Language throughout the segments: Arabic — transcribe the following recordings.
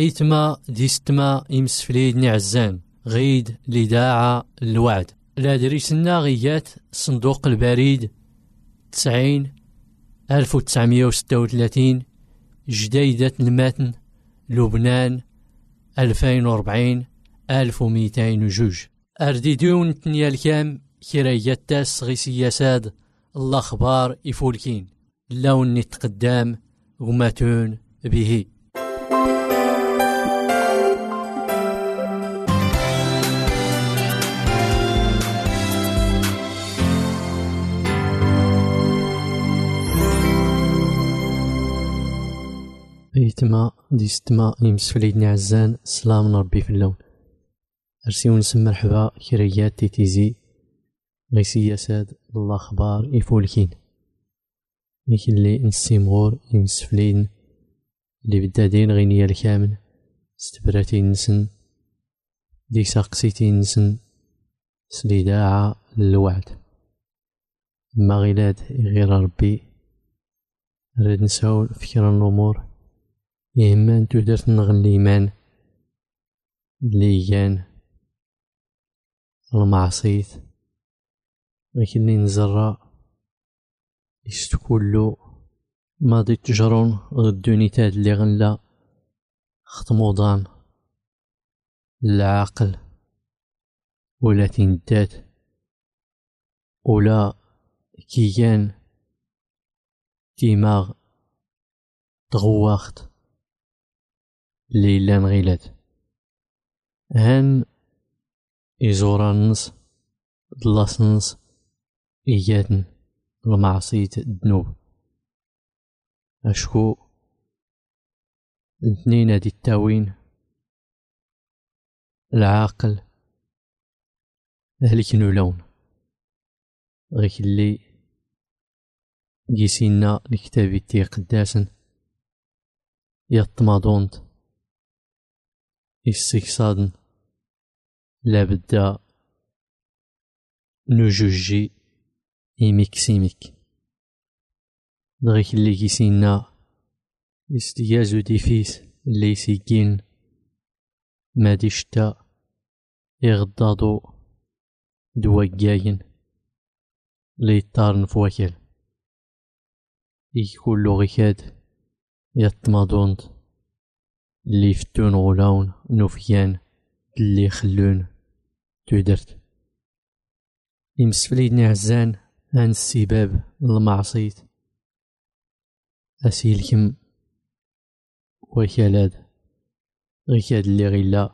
غيتما ديستما يمسفليد نعزان غيد لداعة الوعد لا دريسنا غيات صندوق البريد 90-1936 جديدة المتن لبنان 2040-1202 أرديدون تنيا الكام كرايات تاس غي سياساد الأخبار يفولكين اللون نتقدام وماتون به ايتما ديستما يمسفليدني عزان سلام ربي في اللون ارسيو نسم مرحبا كريات تيتيزي غي سياساد الاخبار يفولكين يكن لي نسيمغور يمسفلين اللي بدادين غينيا الكامل استبراتي نسن دي ساقسيتي نسن سليداعة للوعد ما غيلاد غير ربي راد نساول فكرة الأمور يهمان تودرت نغن ليمان ليان المعصيت غيكني نزرع يستكولو ماضي تجرون غدوني تاد اللي غنلا خطموضان العاقل ولا تندات ولا كيان ديماغ تغواخت ليلان غيلات هان إزوران نص دلاس نص إيادن المعصية الذنوب أشكو اثنين هادي التاوين العاقل هليك نولون غيك اللي جيسينا لكتابي تي قداسن يطمادونت استكسادن لابد نجوجي إيميكسيميك دغيك اللي كيسينا استيازو ديفيس اللي يسيكين مادي شتا يغضاضو دواكاين لي يطارن فواكل يكولو غيكاد يطمادونت اللي يفتون غلاون نوفيان اللي يخلون تودرت يمسفليدني عزان عن السباب المعصيت أسيلكم وكالاد غيكاد اللي غيلا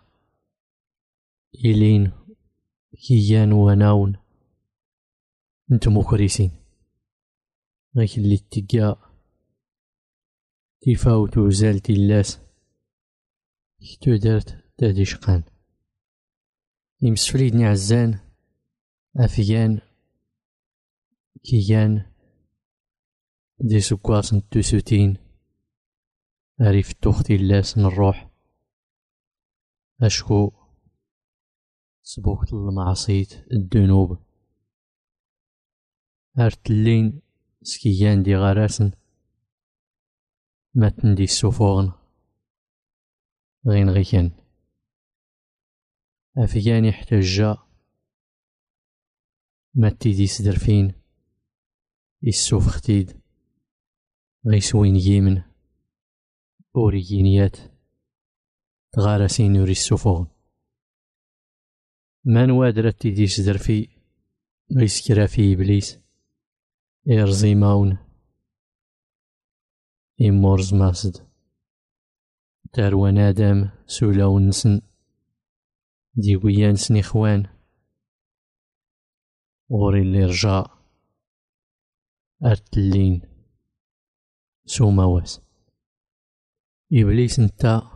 إلين كيان وناون نتمو كريسين غيك اللي تيقا تفاوتو زالتي اللاس كتو دارت تادي شقان يمسفليدني عزان أفيان كيان دي سكواس نتوسوتين أريف توختي اللاس نروح أشكو سبوكت المعصيت الذنوب أرتلين سكيان دي غراسن ماتن دي السفوغن غين غيكن أفيان يحتاجا ماتي دي سدرفين يسوف ختيد غيسوين يمن أوريجينيات تغارسين يوري السفوغن من وادرت دي سدرفي غيسكرا في إبليس إرزي ماون إمورز ماسد تاروان آدم سولاون نسن ديويان سن إخوان غوري اللي رجع أرتلين سوماواس إبليس نتا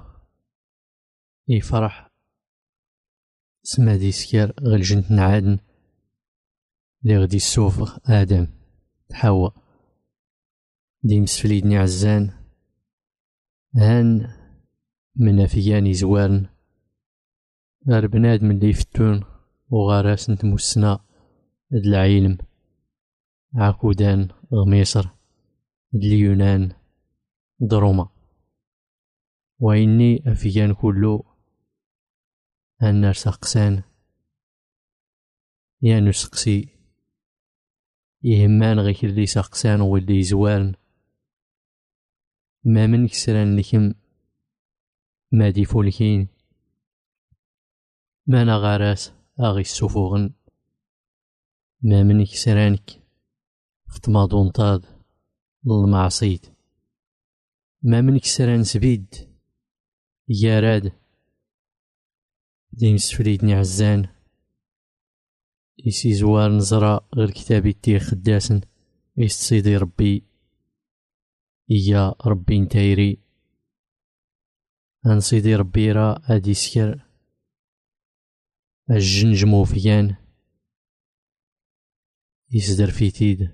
يفرح سما ديسكر غير جنت نعادن لي غدي السوفغ آدم حواء دي مسفليدني عزان هان من أفياني زوارن غير بنادم اللي يفتون وغاراس نتموسنا د العلم عاكودان غميصر د اليونان د روما وإني أفيان كله أن سقسان يا نسقسي يهمان غير اللي سقسان واللي يزوارن ما من كسران لكم ما دي فولكين ما نغاراس أغي السفوغن ما من كسرانك فتماضون طاد للمعصيد ما من كسران سبيد ياراد ديم سفريدني عزان يسي زوار نزرع غير كتابي تي خداسن يستصيدي ربي يا ربي نتايري انصيدي ربي راه ادي سكر الجنجمو فيان يصدر في تيد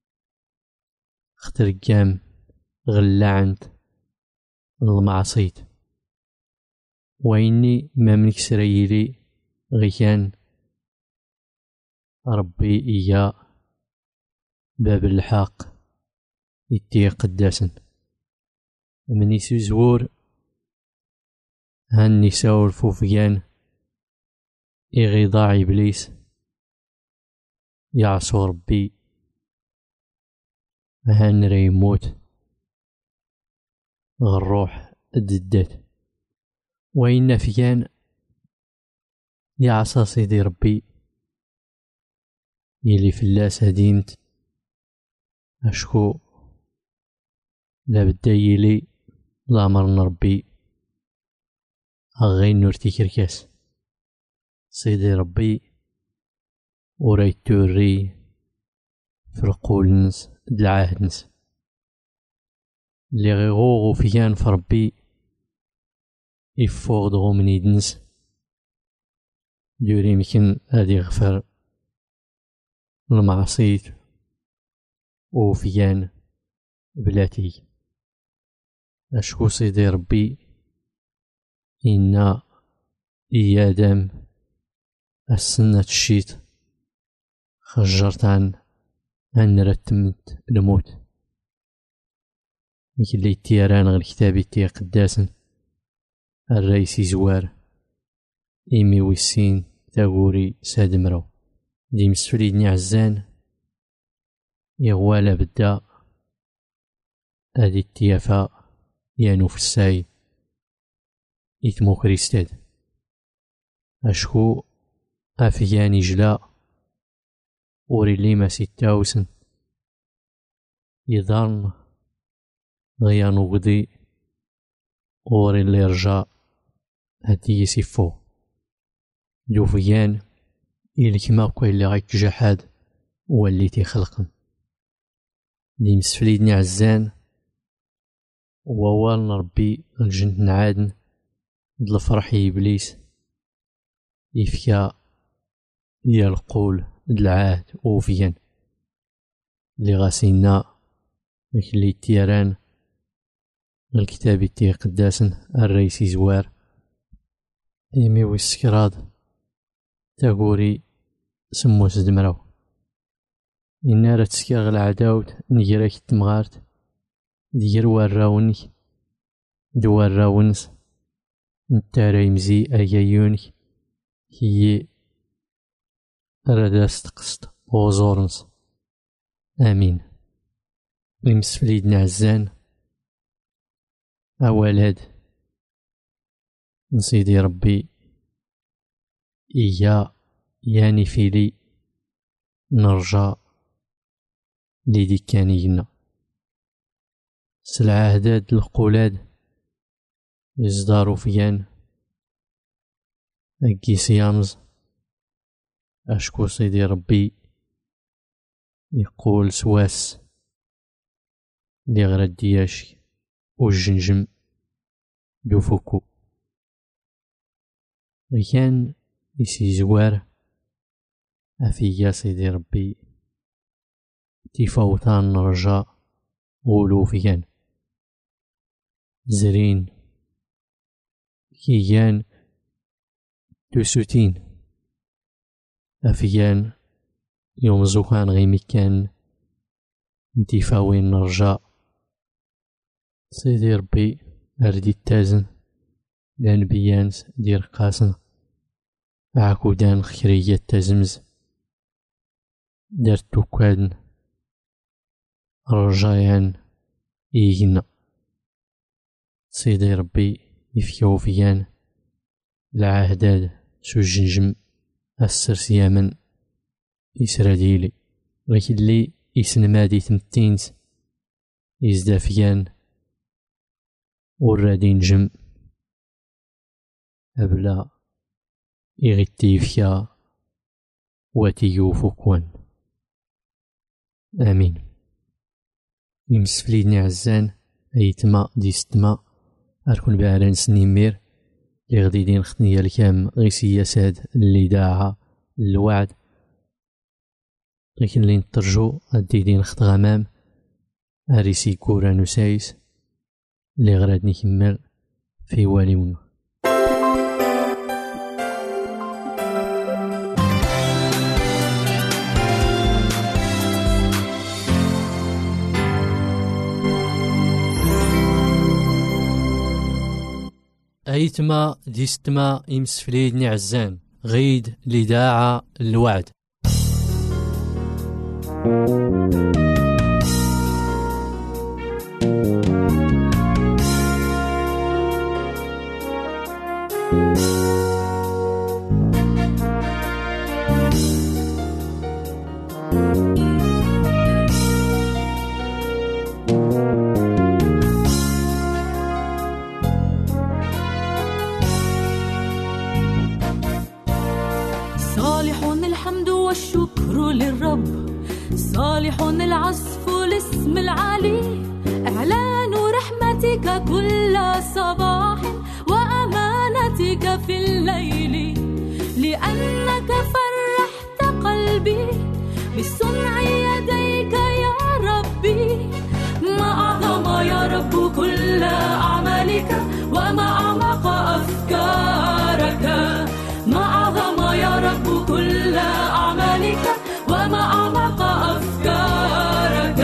خطر قام غلعنت المعصيت وإني ما منك سريلي غيان ربي إيا باب الحق يتي قداسن من يسوزور هان نساو الفوفيان إغيضاع إبليس يعصو ربي هان ريموت غالروح الددات وإن فيان يعصى سيدي ربي يلي فلاس هديمت أشكو لابد يلي لامرنا ربي أغين نورتي كركاس سيدي ربي وريت توري فرقولنس دالعاهدنس لي غيغوغو فيان فربي يفوغ دغو من يدنس دوري مكن هادي غفر المعصيت وفيان بلاتي أشكو سيدي ربي إنا إيادم السنة الشيت خجرت عن أن رتمت الموت ميكي اللي تيران غير كتابي تي قداسن الرئيسي زوار إيمي ويسين تاغوري ساد مرو دي مسفريدني عزان يغوالا بدا ادي التيافا يانو في الساي إثمو كريستاد أشكو أفياني جلا وري ليما 6000 يظن غيانو قدي وري اللي رجع هادي يسيفو دوفيان إلي كما بقى اللي غايك جحاد واللي تيخلقن دي مسفليدني عزان ووالنا ربي الجنت نعادن د الفرح إبليس يفكا يا القول د العهد وفيان اللي غاسينا ماك اللي تيران الكتاب تي قداسن الرئيسي زوار إيمي ويسكراد تاغوري سمو سدمراو إنا راه تسكاغ العداوت نجراك التمغارت دير وراونك دوار راونس نتا ريمزي أجايونك هي راداس تقسط وزورنس آمين المسفليدنا عزان أولاد نسيدي ربي إيا ياني فيلي نرجع ليدي كانينا سالعهداد القولاد يزدارو فيان أكي سيامز أشكو سيدي ربي يقول سواس لي غراد دياش والجنجم دوفوكو كان يسي زوار أفيا سيدي ربي تيفوتان نرجع غولو فيان زرين كيان دوسوتين أفيان يوم زوكان غيمي كان نتيفاوين نرجع سيدي ربي أردي التازن لان بيانس دير قاسن عاكودان خيرية تازمز دارت توكادن رجايان إيجنا سيدي ربي يفيو فيان العهداد سو الجنجم السرسيامن إسراديلي لكن لي إسنمادي تمتينس إزدافيان ورادين جم أبلا إغتيفيا واتيوفوكوان آمين. يمسفليدني عزان أيتما ديستما أركون بعران سنيمير لي غدي دين ختنيا الكام غيسيا ساد اللي داعها الوعد لكن لين ترجو غدي دين خط غمام أريسي كوران وسايس لي غرادني كمل في واليون. أيتما ديستما يمسفليدني عزان غيد لداعة الوعد. صالح الحمد والشكر للرب، صالح العزف لاسم العلي، إعلان رحمتك كل صباح وأمانتك في الليل، لأنك فرحت قلبي بصنع يديك يا ربي. ما أعظم يا رب كل أعمالك وما أعمق أفكارك، ما أعظم يا رب كل أعمالك وما أعمق أفكارك.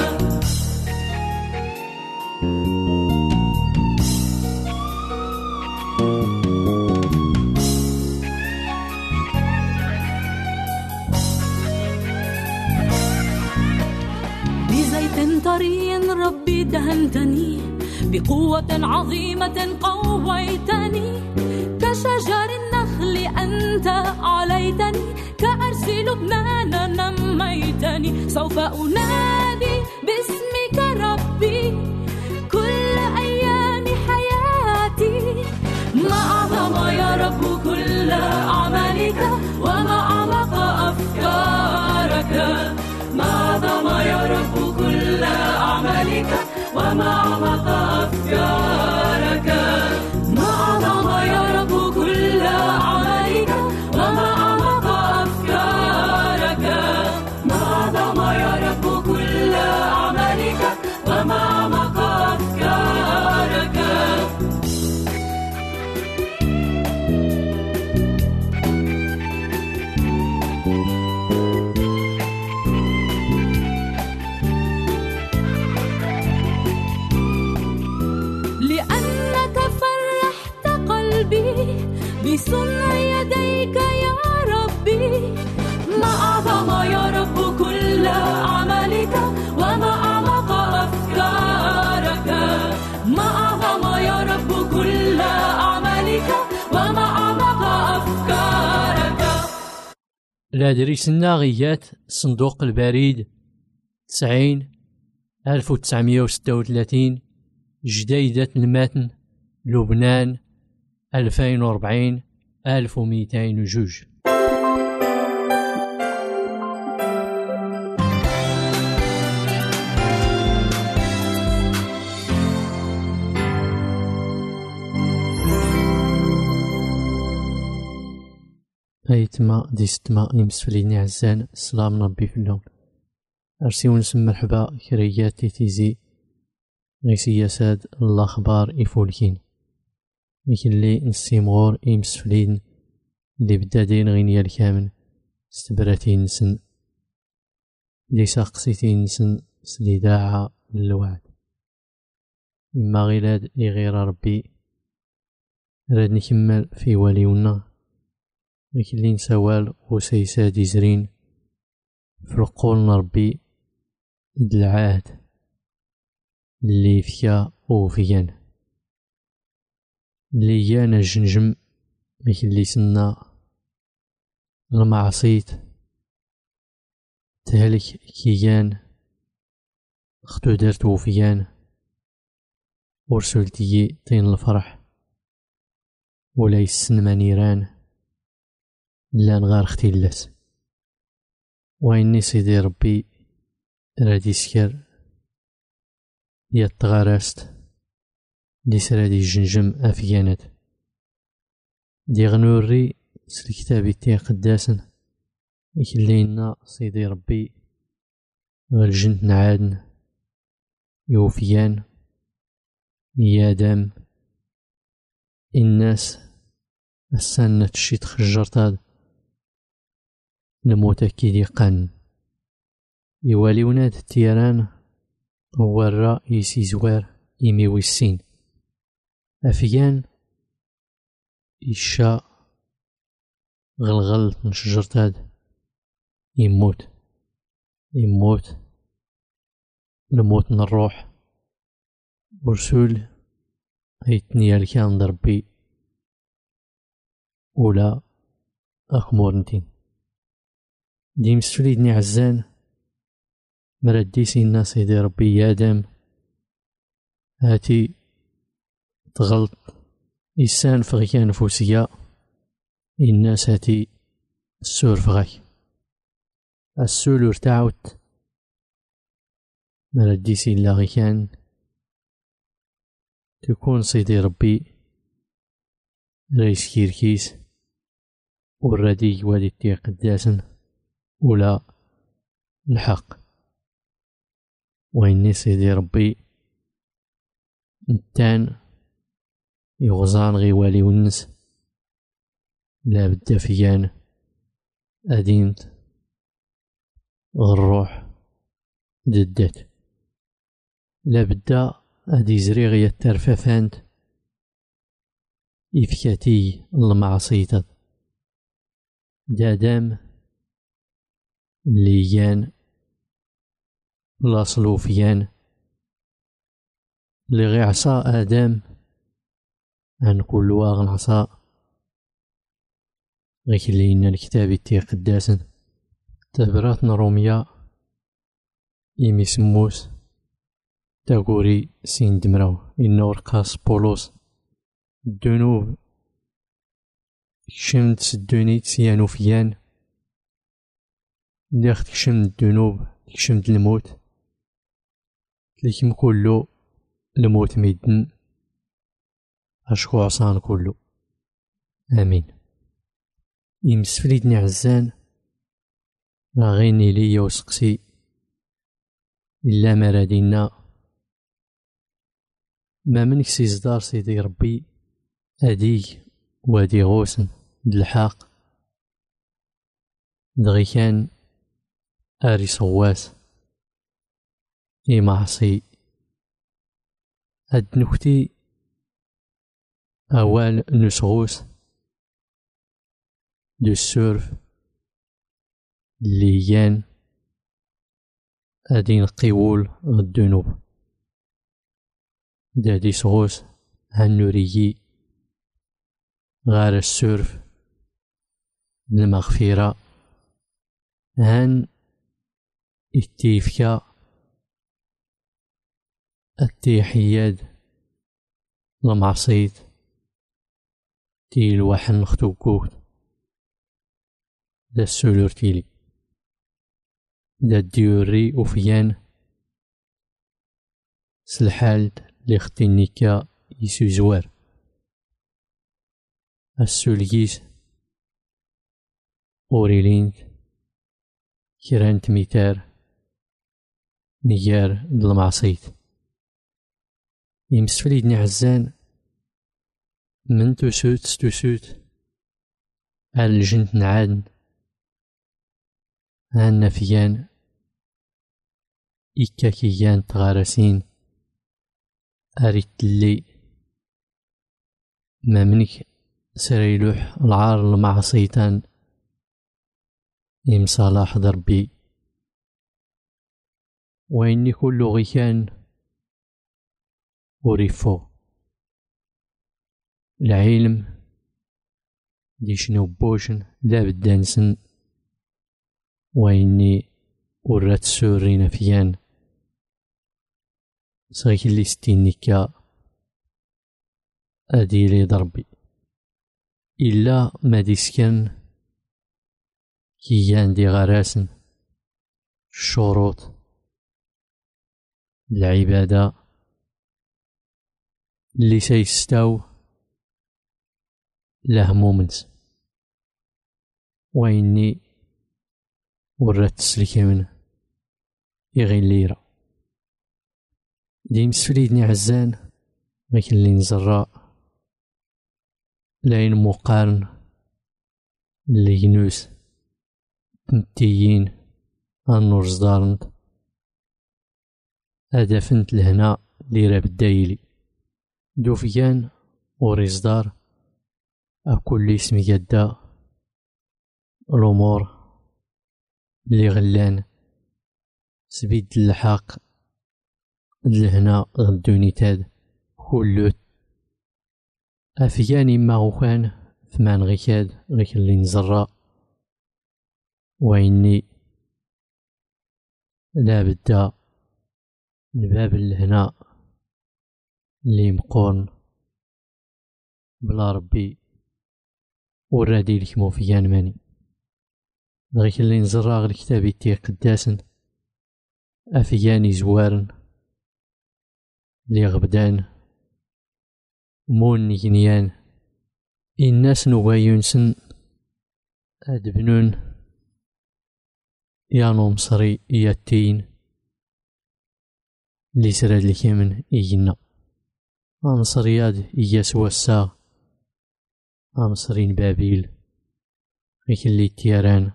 بزيت طري ربي دهنتني، بقوة عظيمة قويتني، كشجر النخل أنت عليتني، كأرز لبنان نميتني. سوف أنادي باسمك ربي كل أيام حياتي. ما أعظم يا رب كل أعمالك وما أعمق أفكارك، ما أعظم يا رب كل أعمالك وما أعمق أفكارك، ما أعظم يا رب كل أعمالك وما أعمق أفكارك، ما أعظم يا رب كل أعمالك وما أعمق أفكارك. لأنك فرحت قلبي بصنع يديك يا ربي. ما أعظم يا رب كل أعمالك وما أعمق أفكارك، ما أعظم يا رب كل أعمالك وما أعمق أفكارك. لا دريسنا غيات صندوق البريد 90-1936 جديدة المتن لبنان 2040-1202. أيتما ديستما يمسفليني عزان السلام ربي في اللون أرسيون نسمى مرحبا كريات تيتيزي غيسيا ساد الأخبار يفولكين لكن لي نسيمغور يمسفلين اللي بدادين غينيا الكامل استبراتين نسن لي ساقسيتين نسن سليداعة للوعد. إما غيلاد غير ربي راد نكمل في واليونا لكن اللي نسوال وسيساد يزرين في القول ربي د العهد اللي فيا وفيان اللي يانا الجنجم لكن اللي سنا المعصيت تهلك كيان اختو دارت وفيان ورسولتي طين الفرح ولا يسن منيران لا نغار اختي اللاس وإني سيدي ربي رادي سكر يا التغارست دي سرادي الجنجم أفيانات دي غنوري سالكتابي تي قداسن يكلينا سيدي ربي غالجنت نعادن يوفيان يا دام الناس السنة تشي تخجرت نموت كيدي قن يوالي وناد التيران هو الرا يسي زوار يمي ويسين أفيان إشا غلغل نشجرت يموت نموت نروح ورسول هيتني الكان دربي ولا أخمورنتين ديم سفليدني عزان مردي سينا سيدي ربي يا دام هاتي تغلط إسان فغيان فوسيا الناس هاتي السور فغاك السول ارتعوت مردي سينا غيكان تكون سيدي ربي رئيس كيركيس والردي والدتي قداسن ولا الحق وإني سيدي ربي نتان يغزان غي والي ونس لا بد فيان أدينت غروح ددت لا بد أدي زريغي الترفافانت إفكاتي المعصيتة دادام ليان لاصلوفيان لغي عصا آدم عن كل واغن عصا غيك لينا الكتاب تي قداسن تبراتنا روميا إيمي سموس تاغوري سين دمراو إنور قاس بولوس الدنوب كشمت سدوني تسيانو فيان داخل تكشمت الدنوب تكشمت الموت تليكم كلو الموت ميدن أشكو عصان كلو آمين يمسفليدني عزان راغيني ليا وسقسي إلا مرادينا ما منك سيزدار سيدي ربي أديك وادي غوسن دالحاق دغي كان آري صواس معصي هاد نكتي أوال نسغوس دو السورف ليان أدين قيول الذنوب دادي سغوس هالنوريي غار السورف المغفرة هان التيفكا التيحياد المعصيت تيل وحن نختوكوت دا السولور تيلي دا الديوري وفيان سلحالت لختي النكا يسو زوار السوليس أوريلينت كيرانت ميتار نيار دالمعصيت يمسفليدني عزان من تسوت على الجنت نعادن هانا فيان إكاكيان تغارسين أريت لي ما منك سريلوح العار المعصيتان إمصلاح ضربي وإني كل غيكان وريفو العلم دي شنو بوشن لا بدانسن وإني ورات سورين فيان صغيك اللي ستينيكا أديري ضربي إلا ما ديسكن كيان دي غراسن الشروط العبادة اللي سيستاو له مومنت وإني ورات تسلكي منه يغي الليرة ديم سفليدني عزان لكن اللي نزراء لاين مقارن اللي ينوس تنتيين النور زدارنت هدفنت لهنا ليرة بالدايلي دوفيان وريزدار أكل اسم يدا الأمور اللي غلان سبيد الحق لهنا غدوني تاد كل أفياني ما غوخان فمان غيكاد غيك اللي نزرى وإني لا بدا الباب لهنا اللي مقورن بلا ربي ورادي لك موفيان ماني غيك اللي نزرى غير كتابي تي قداسن أفياني زوارن لي غبدان مون نيان الناس نوايونسن أدبنون يانو مصري ياتين لي سراد الكيمن إينا مصرياد إياس وسا مصرين بابيل غيك اللي تيران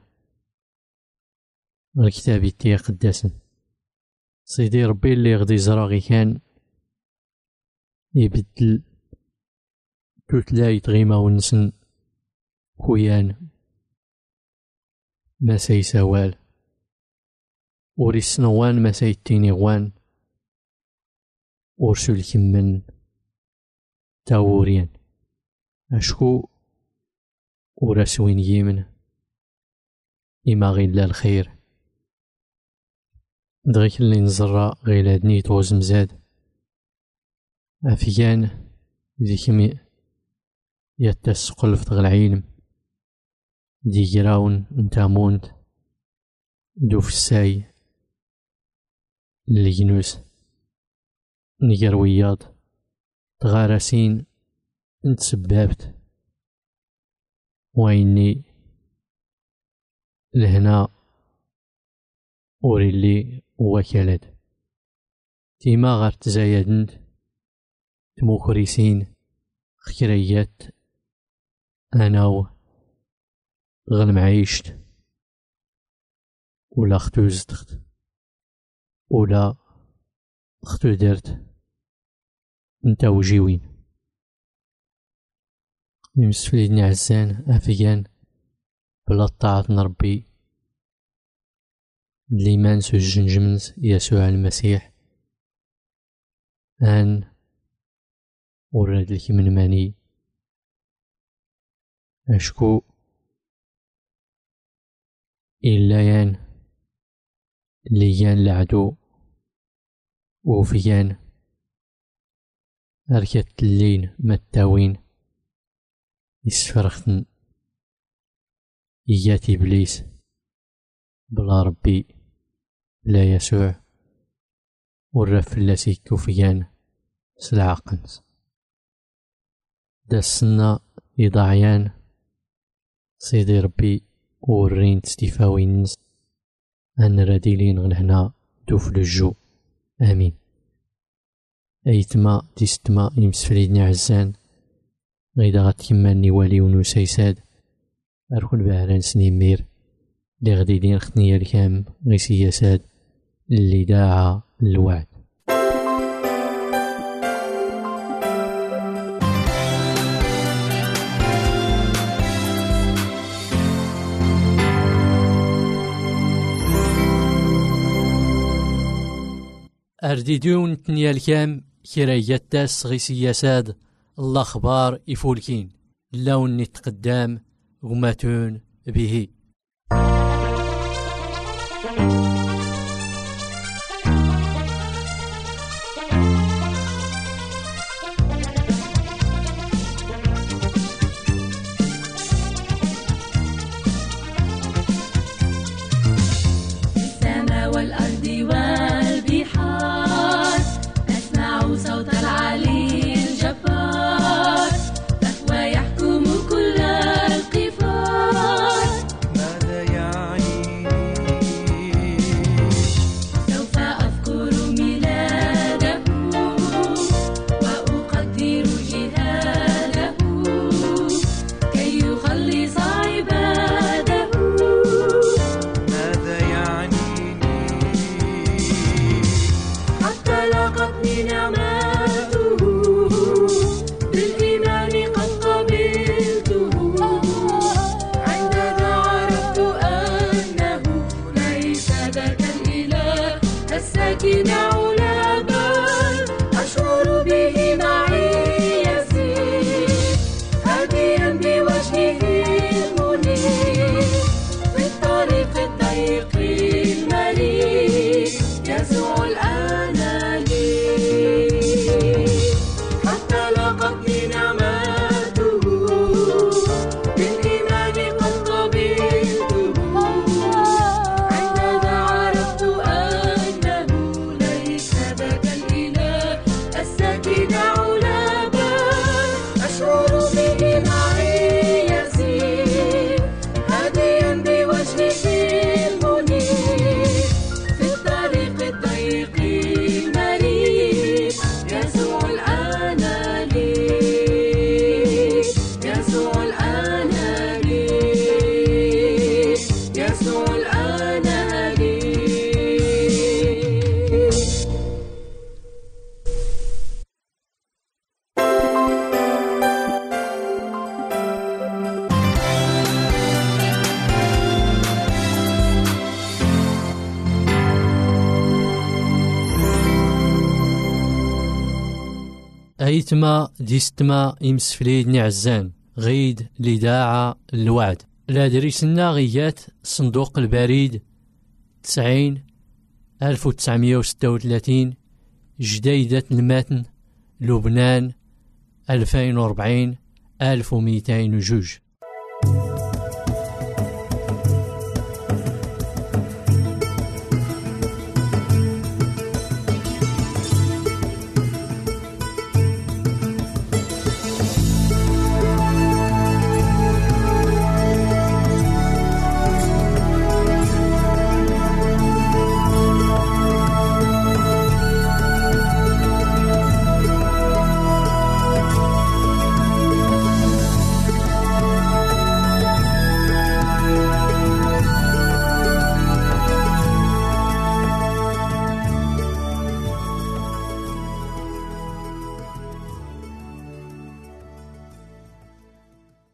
الكتابي تي قداسن سيدي ربي اللي غدي زراغي كان يبدل توتلايت غيما ونسن كويان ما سيساوال وريس نوان ما سيتيني غوان ورسو الكمن تاوريان أشكو ورسوين يمن إما غيلا الخير دغيك اللي نزرى غيلادني توزم زاد أفيان ذيكمي يتسقل في العلم دي جراون نتامونت دوف الساي اللي جنوس نيجرويات تغارسين نتسبابت وإني لهنا وريلي وكالات تيما غير تزايدنت تموكريسين خكريات أناو غنم عيشت ولا ختو زدخت ولا ختو درت نتا وجيوين يمسفليدني عزان أفيان بلا طاعة ربي الإيمان سو الجنجمنت يسوع المسيح أن ورد لك من ماني أشكو إلا يان ليان العدو وفيان أركت اللين متاوين يسفرختن إيات إبليس بلا ربي لا يسوع والرف اللاسي كوفيان سلعقنت داسنا يضاعيان سيدي ربي ورين تستيفاوين أن راديلين غنهنا دوف للجو آمين أيتما تيستما يمسفليدني عزان غيدا غتكماني والي ونوسيساد أركن بهران سنيمير لي غدي دين ختنيا الكام غي سياساد اللي داعا الوعد أرديدون تنيا الكام كرايتاس غي سياساد الأخبار إفولكين اللون نتقدام غماتون به. أيتما ديستما إمسفليد نعزان غيد لداعة الوعد لا دريسنا غيات صندوق البريد 90-1936 جديدة المتن لبنان 2040-1202.